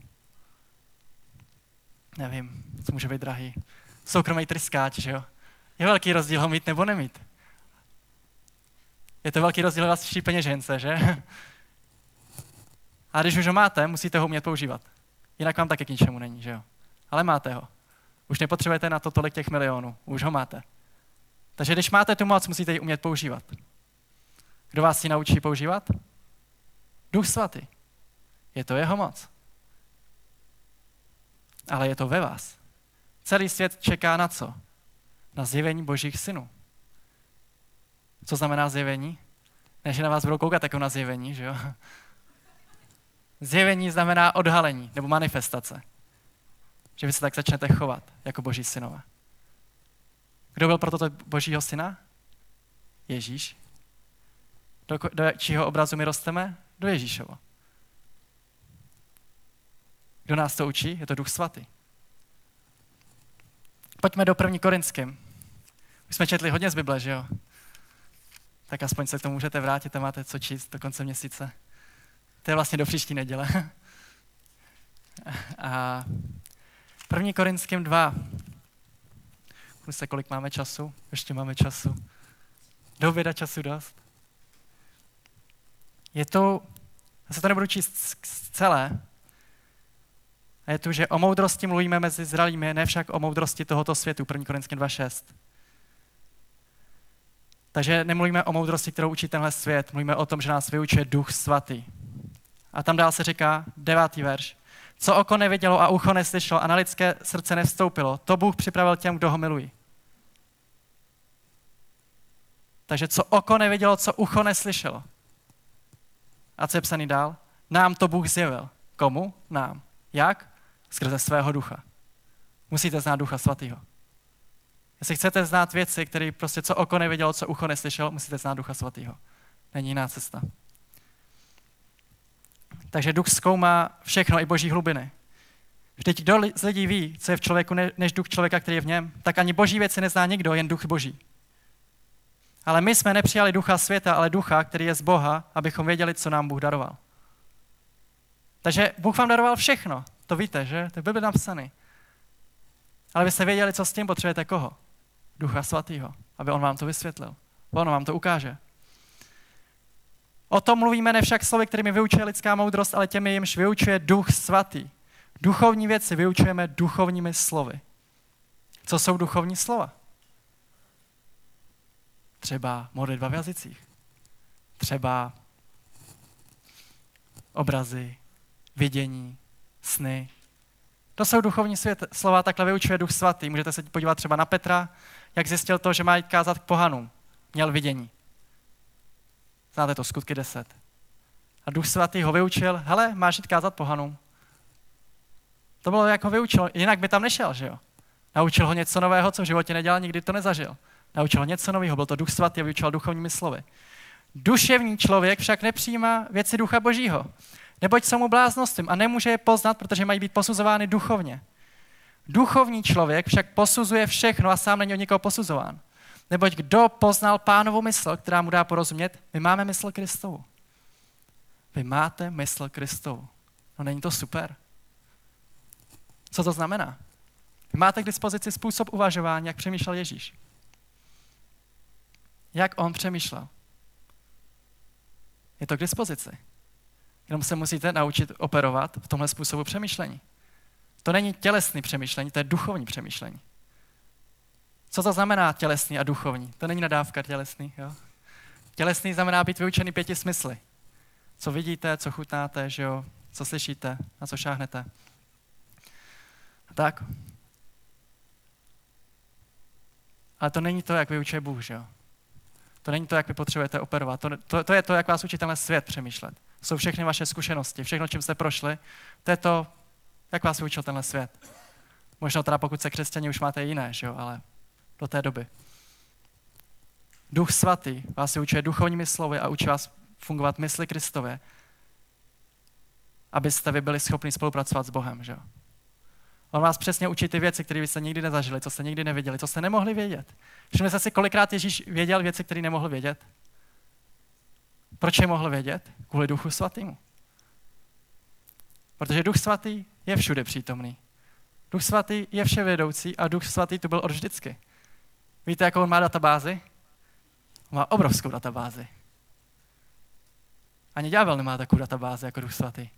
Speaker 1: Nevím, co může být drahý. Soukromý tryskáč, že jo? Je velký rozdíl ho mít nebo nemít. Je to velký rozdíl ve vaší peněžence, že? A když už ho máte, musíte ho umět používat. Jinak vám taky k ničemu není, že jo? Ale máte ho. Už nepotřebujete na to tolik těch milionů. Už ho máte. Takže když máte tu moc, musíte ji umět používat. Kdo vás ji naučí používat? Duch svatý. Je to jeho moc. Ale je to ve vás. Celý svět čeká na co? Na zjevení božích synů. Co znamená zjevení? Ne, že na vás budou koukat jako na zjevení, že jo? Zjevení znamená odhalení nebo manifestace. Že vy se tak začnete chovat jako boží synové. Kdo byl pro toto božího syna? Ježíš. Do čího obrazu my rosteme? Do Ježíšova. Kdo nás to učí? Je to Duch svatý. Pojďme do 1. Korinským. Už jsme četli hodně z Bible, že jo? Tak aspoň se k tomu můžete vrátit a máte co číst do konce měsíce. To je vlastně do příští neděle. A 1. Korinským 2. Kouknu se, kolik máme času. Ještě máme času. Do oběda času dost. Je to, já se to nebudu číst celé, a je tu, že o moudrosti mluvíme mezi zralými, ne však o moudrosti tohoto světu, 1. Korinským 2.6. Takže nemluvíme o moudrosti, kterou učí tenhle svět, mluvíme o tom, že nás vyučuje Duch svatý. A tam dál se říká, 9. verš, co oko nevidělo a ucho neslyšelo a na lidské srdce nevstoupilo, to Bůh připravil těm, kdo ho milují. Takže co oko nevidělo, co ucho neslyšelo. A co je psaný dál? Nám to Bůh zjevil. Komu? Nám. Jak? Skrze svého ducha. Musíte znát Ducha svatého. Jestli chcete znát věci, které prostě co oko nevidělo, co ucho neslyšelo, musíte znát Ducha svatého. Není jiná cesta. Takže duch zkoumá všechno, i boží hlubiny. Vždyť kdo z lidí ví, co je v člověku, než duch člověka, který je v něm, tak ani boží věci nezná nikdo, jen duch boží. Ale my jsme nepřijali ducha světa, ale ducha, který je z Boha, abychom věděli, co nám Bůh daroval. Takže Bůh vám daroval všechno. To víte, že? To je Bible napsaný. Ale byste věděli, co s tím potřebujete koho? Ducha svatého, aby on vám to vysvětlil. On vám to ukáže. O tom mluvíme ne však slovy, kterými vyučuje lidská moudrost, ale těmi, jimž vyučuje Duch svatý. Duchovní věci vyučujeme duchovními slovy. Co jsou duchovní slova? Třeba modlitba v jazycích. Třeba obrazy, vidění, sny. To jsou duchovní slova, takhle vyučuje Duch svatý. Můžete se podívat třeba na Petra, jak zjistil to, že má jít kázat k pohanům. Měl vidění. Znáte to, Skutky 10. A Duch svatý ho vyučil, hele, máš jít kázat pohanům. To bylo, jak ho vyučil, jinak by tam nešel, že jo. Naučil ho něco nového, co v životě nedělal, nikdy to nezažil. Naučil ho něco nového, byl to Duch svatý a vyučoval duchovními slovy. Duševní člověk však nepřijímá věci Ducha Božího, neboť jsou mu bláznostem a nemůže je poznat, protože mají být posuzovány duchovně. Duchovní člověk však posuzuje všechno a sám není od nikoho posuzován. Neboť kdo poznal Pánovu mysl, která mu dá porozumět, my máme mysl Kristovu. Vy máte mysl Kristovu. No není to super? Co to znamená? Vy máte k dispozici způsob uvažování, jak přemýšlel Ježíš. Jak on přemýšlel. Je to k dispozici. Jenom se musíte naučit operovat v tomhle způsobu přemýšlení. To není tělesné přemýšlení, to je duchovní přemýšlení. Co to znamená tělesný a duchovní? To není nadávka tělesný. Jo? Tělesný znamená být vyučený 5 smysly. Co vidíte, co chutnáte, že jo? Co slyšíte, na co šáhnete. A tak. Ale to není to, jak vyučuje Bůh, že jo? To není to, jak vy potřebujete operovat. To je to, jak vás učí tenhle svět přemýšlet. Jsou všechny vaše zkušenosti, všechno, čím jste prošli. To je to, jak vás vyučil tenhle svět. Možná teda pokud se křesťané už máte jiné, že jo? Ale do té doby. Duch svatý vás vyučuje duchovními slovy a učí vás fungovat mysli Kristově, abyste vy byli schopni spolupracovat s Bohem, že jo? On vás přesně učí ty věci, které jste nikdy nezažili, co jste nikdy neviděli, co jste nemohli vědět. Všimli jste si, kolikrát Ježíš věděl věci, které nemohl vědět? Proč je mohl vědět? Kvůli Duchu svatému. Protože Duch svatý je všude přítomný. Duch svatý je vševědoucí a Duch svatý tu byl od vždycky. Víte, jakou on má databázi? On má obrovskou databázi. Ani ďábel nemá takovou databázi jako Duch Svatý.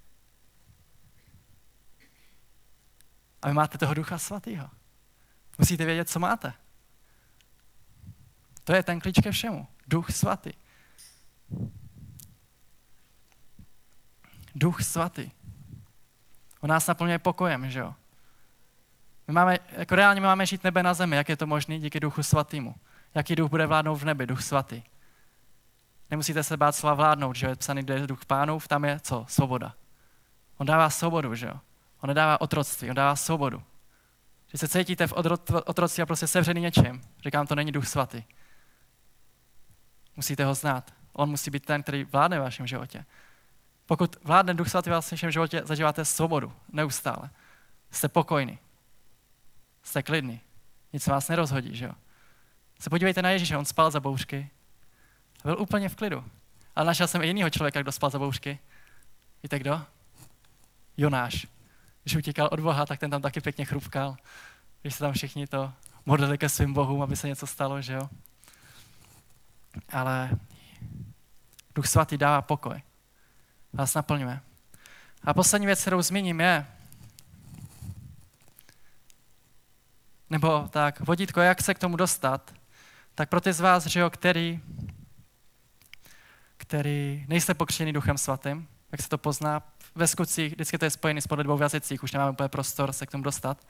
Speaker 1: A vy máte toho Ducha Svatýho. Musíte vědět, co máte. To je ten klíč ke všemu. Duch Svatý. Duch Svatý. On nás naplňuje pokojem, že jo? Reálně máme žít nebe na zemi. Jak je to možné? Díky Duchu Svatýmu. Jaký duch bude vládnout v nebi? Duch Svatý. Nemusíte se bát slova vládnout, že je psaný, kde je duch Pánův, tam je co? Svoboda. On dává svobodu, že jo? On nedává otroctví, on dává svobodu. Že se cítíte v otroctví a prostě sevřený něčím. Říkám, to není Duch Svatý. Musíte ho znát. On musí být ten, který vládne v vašem životě. Pokud vládne Duch Svatý v vašem životě, zažíváte svobodu neustále. Jste pokojný. Jste klidný. Nic vás nerozhodí, že jo? Se podívejte na Ježíše, on spal za bouřky. Byl úplně v klidu. Ale našel jsem i jinýho člověka, kdo spal za bouřky. Víte kdo? Jonáš. Když utíkal od Boha, tak ten tam taky pěkně chrupkal. Když se tam všichni to modlili ke svým bohům, aby se něco stalo, že jo? Ale Duch Svatý dává pokoj. Vás naplňuje. A poslední věc, kterou zmíním, je, nebo tak, vodítko, jak se k tomu dostat, tak pro ty z vás, že jo, který nejste pokřtěni Duchem Svatým, jak se to pozná, ve skutcích, vždycky to je spojený s modlitbou v jazycích, už nemáme úplně prostor se k tomu dostat,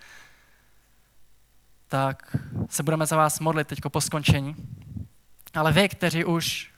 Speaker 1: tak se budeme za vás modlit teďko po skončení. Ale vy, kteří už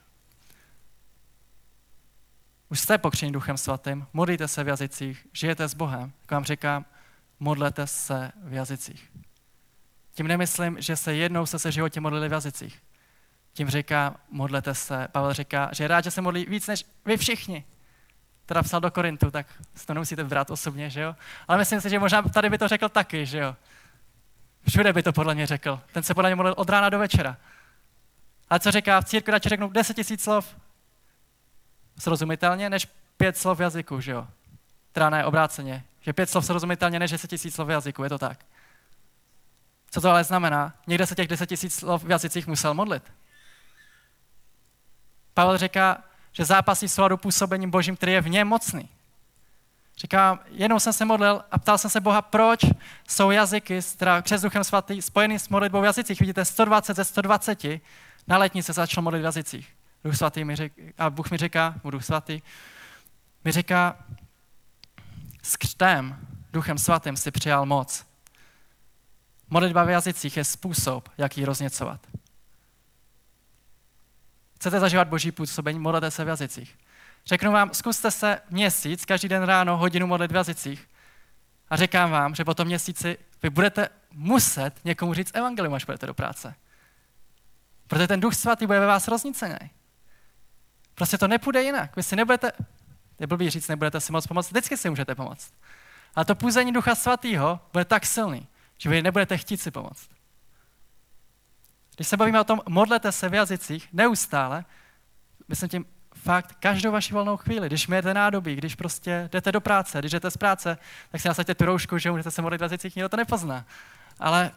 Speaker 1: jste pokřtěni Duchem Svatým, modlíte se v jazycích, žijete s Bohem, jak vám říkám, modlete se v jazycích. Tím nemyslím, že se jednou se v životě modlili v jazycích. Tím říká, modlete se. Pavel říká, že je rád, že se modlí víc než vy všichni. Teda psal do Korintu, tak si to nemusíte brát osobně, že jo? Ale myslím si, že možná tady by to řekl taky, že jo? Všude by to podle mě řekl. Ten se podle mě modlil od rána do večera. Ale co říká v církvi, radši řeknu 10 000 slov srozumitelně, než 5 slov v jazyku, že jo? Teda ne, obráceně. Že 5 slov srozumitelně, než 10 000 slov v jazyku, je to tak. Co to ale znamená? Někde se těch 10 000 slov v jazycích musel modlit. Pavel říká, že zápasí v souladu působením Božím, který je v něm mocný. Říká, jednou jsem se modlil a ptal jsem se Boha, proč jsou jazyky přes Duchem Svatý spojený s modlitbou v jazycích. Vidíte, 120 ze 120 na letní se začal modlit v jazycích. Duch Svatý mi říká, a Bůh mi říká, Duch Svatý mi říká, s křtem Duchem Svatým si přijal moc. Modlitba v jazycích je způsob, jak ji rozněcovat. Chcete zažívat Boží působení, modlete se v jazycích. Řeknu vám, zkuste se měsíc, každý den ráno hodinu modlit v jazycích. A říkám vám, že po tom měsíci vy budete muset někomu říct evangelium, až půjdete do práce. Protože ten Duch Svatý bude ve vás roznícený. Prostě to nepůjde jinak. Vy si nebudete, je blbý říct, nebudete si moc pomoct, vždycky si můžete pomoct. Ale to půzení Ducha Svatého bude tak silný, že vy nebudete chtít si pomoct. Když se bavíme o tom, modlete se v jazycích neustále, myslím tím fakt každou vaši volnou chvíli, když mějete nádobí, když prostě jdete do práce, když jdete z práce, tak si nasaďte tu roušku, že můžete se modlit v jazycích, nikdo to nepozná. Ale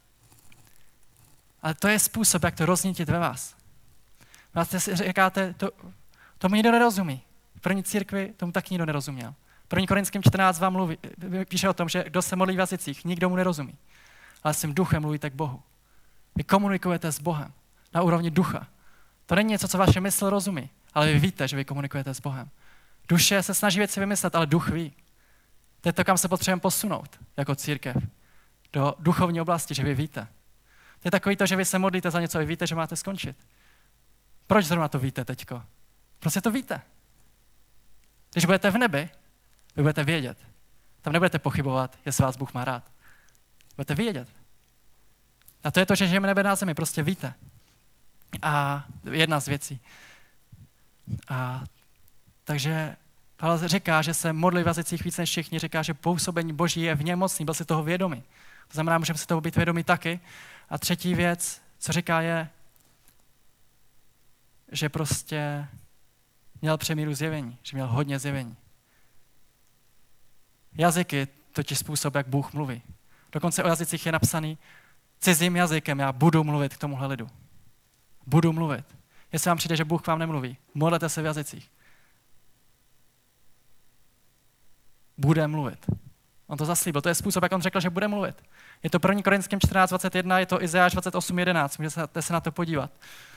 Speaker 1: to je způsob, jak to roznítit ve vás. Vlastně si říkáte, tomu nikdo nerozumí. V první církvi tomu taky nikdo nerozuměl. První Korinským 14 vám mluví, píše o tom, že kdo se modlí v jazycích, nikdo mu nerozumí. Ale s tím duchem mluvíte k Bohu. Vy komunikujete s Bohem na úrovni ducha. To není něco, co vaše mysl rozumí, ale vy víte, že vy komunikujete s Bohem. Duše se snaží věci vymyslet, ale duch ví. To je to, kam se potřebujeme posunout jako církev. Do duchovní oblasti, že vy víte. To je takový to, že vy se modlíte za něco a vy víte, že máte skončit. Proč zrovna to víte teďko? Prostě to víte. Když budete v nebi, vy budete vědět. Tam nebudete pochybovat, jestli vás Bůh má rád. Budete vědět. A to je to, že žijeme nebe na zemi, prostě víte. A jedna z věcí. Takže Pavel říká, že se modlí v jazycích víc než všichni, říká, že působení Boží je v něm mocný, byl si toho vědomý. To znamená, můžeme si toho být vědomí taky. A třetí věc, co říká, je, že prostě měl přemíru zjevení, že měl hodně zjevení. Jazyky totiž způsob, jak Bůh mluví. Dokonce o jazycích je napsaný, cizím jazykem já budu mluvit k tomuhle lidu. Budu mluvit. Jestli vám přijde, že Bůh k vám nemluví, modlete se v jazycích. bude mluvit. On to zaslíbil, to je způsob, jak on řekl, že bude mluvit. Je to 1. Korinským 14:21, je to Izajáš 28:11, můžete se na to podívat.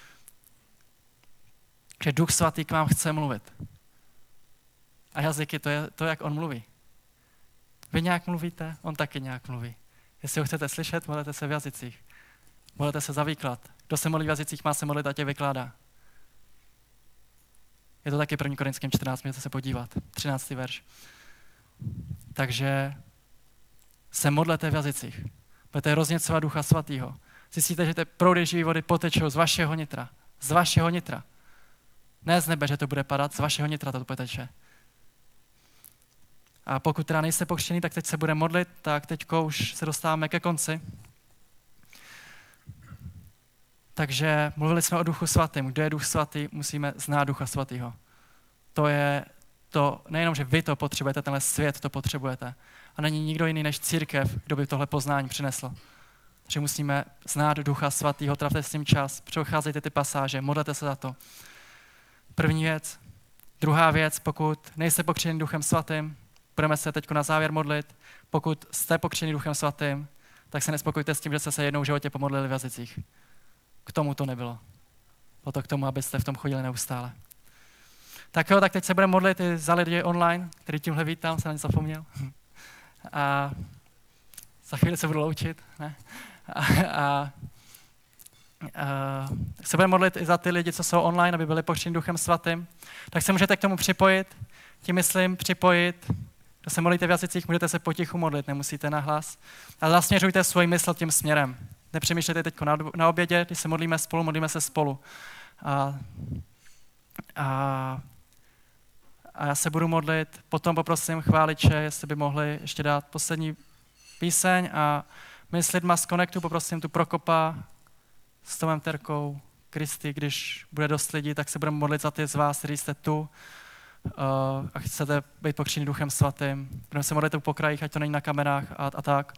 Speaker 1: Že Duch Svatý k vám chce mluvit. A jazyky, to je to, jak on mluví. Vy nějak mluvíte, on taky nějak mluví. Jestli ho chcete slyšet, modlete se v jazycích. Modlete se za výklad. Kdo se modlí v jazycích, má se modlit a tě vykládá. Je to taky 1. Korinským 14, můžete se podívat. 13. verš. Takže se modlete v jazycích. Budete rozněcovat Ducha Svatého. Zjistíte, že ty proudy živý vody potečou z vašeho nitra. Z vašeho nitra. Ne z nebe, že to bude padat, z vašeho nitra to poteče. A pokud teda nejste pokřtěný, tak teď se bude modlit, tak teďko už se dostáváme ke konci. Takže mluvili jsme o Duchu Svatém. Kdo je Duch Svatý, musíme znát Ducha Svatého. To je to, nejenom, že vy to potřebujete, tenhle svět to potřebujete. A není nikdo jiný než církev, kdo by tohle poznání přinesl. Takže musíme znát Ducha Svatého, trávte s tím čas, procházejte ty pasáže, modlete se za to. První věc. Druhá věc, pokud nejste pokřtěni Duchem Svatým, budeme se teď na závěr modlit. Pokud jste pokřtěni Duchem Svatým, tak se nespokojte s tím, že jste se jednou v životě pomodlili v jazycích. K tomu to nebylo. Bylo to k tomu, abyste v tom chodili neustále. Tak jo, tak teď se budeme modlit i za lidi online, který tímhle vítám, jsem na ně zapomněl. A za chvíli se budu loučit. Ne? A se budeme modlit i za ty lidi, co jsou online, aby byli pokřtěni Duchem Svatým. Tak se můžete k tomu připojit. Tím myslím připojit. Kdo se modlíte v jazycích, můžete se potichu modlit, nemusíte nahlas. A zasměřujte svůj mysl tím směrem. Nepřemýšlejte teď na obědě, když se modlíme se spolu. A já se budu modlit, potom poprosím chváliče, jestli by mohli ještě dát poslední píseň a my s lidma z Connectu poprosím tu Prokopa s Tomem Terkou, Kristy, když bude dost lidí, tak se budeme modlit za ty z vás, kteří jste tu a chcete být pokřtěni Duchem Svatým. Budeme se modlit po krajích, ať to není na kamerách a tak.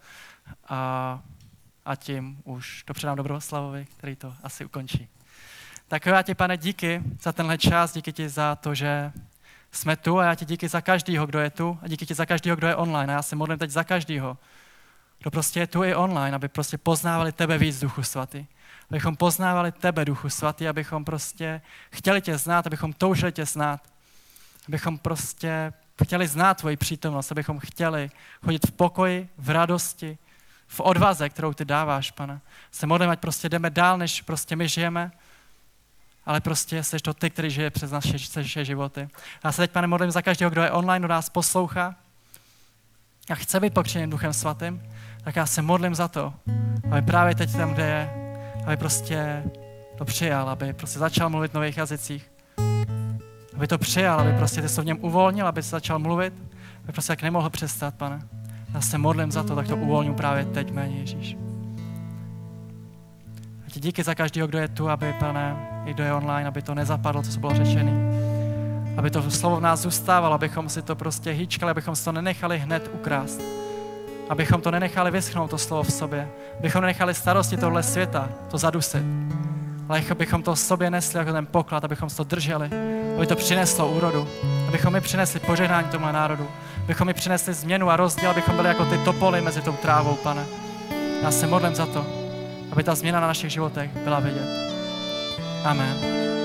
Speaker 1: A tím už to předám Dobroslavovi, který to asi ukončí. Tak já ti, Pane, díky za tenhle čas, díky ti za to, že jsme tu a já ti díky za každýho, kdo je tu a díky ti za každýho, kdo je online. A já se modlím teď za každýho, kdo prostě je tu i online, aby prostě poznávali tebe víc, Duchu Svatý. Abychom poznávali tebe, Duchu Svatý, abychom prostě chtěli tě znát, abychom toužili tě znát. Abychom prostě chtěli znát tvoji přítomnost, abychom chtěli chodit v pokoji, v radosti, v odvaze, kterou ty dáváš, Pane. Se modlím, ať prostě jdeme dál, než prostě my žijeme, ale prostě jsi to ty, který žije přes naše životy. Já se teď, Pane, modlím za každého, kdo je online, kdo nás poslouchá a chce být pokřtěný Duchem Svatým, tak já se modlím za to, aby právě teď tam, kde je, aby prostě to přijal, aby prostě začal mluvit v nových jazycích, aby to přijal, aby prostě ty se v něm uvolnil, aby se začal mluvit, aby prostě jak nemohl přestat, Pane. Já se modlím za to, tak to uvolňuji právě teď, jméně Ježíš. A ti díky za každého, kdo je tu, aby, Pane, i kdo je online, aby to nezapadlo, co bylo řečené. Aby to slovo v nás zůstávalo, abychom si to prostě hýčkali, abychom si to nenechali hned ukrást. Abychom to nenechali vyschnout, to slovo v sobě. Abychom nenechali starosti tohle světa, to zadusit. Ale abychom to v sobě nesli jako ten poklad, abychom si to drželi, aby to přineslo úrodu. Abychom mi přinesli požehnání tomu národu. Abychom mi přinesli změnu a rozdíl, abychom byli jako ty topoly mezi tou trávou, Pane. Já se modlím za to, aby ta změna na našich životech byla vidět. Amen.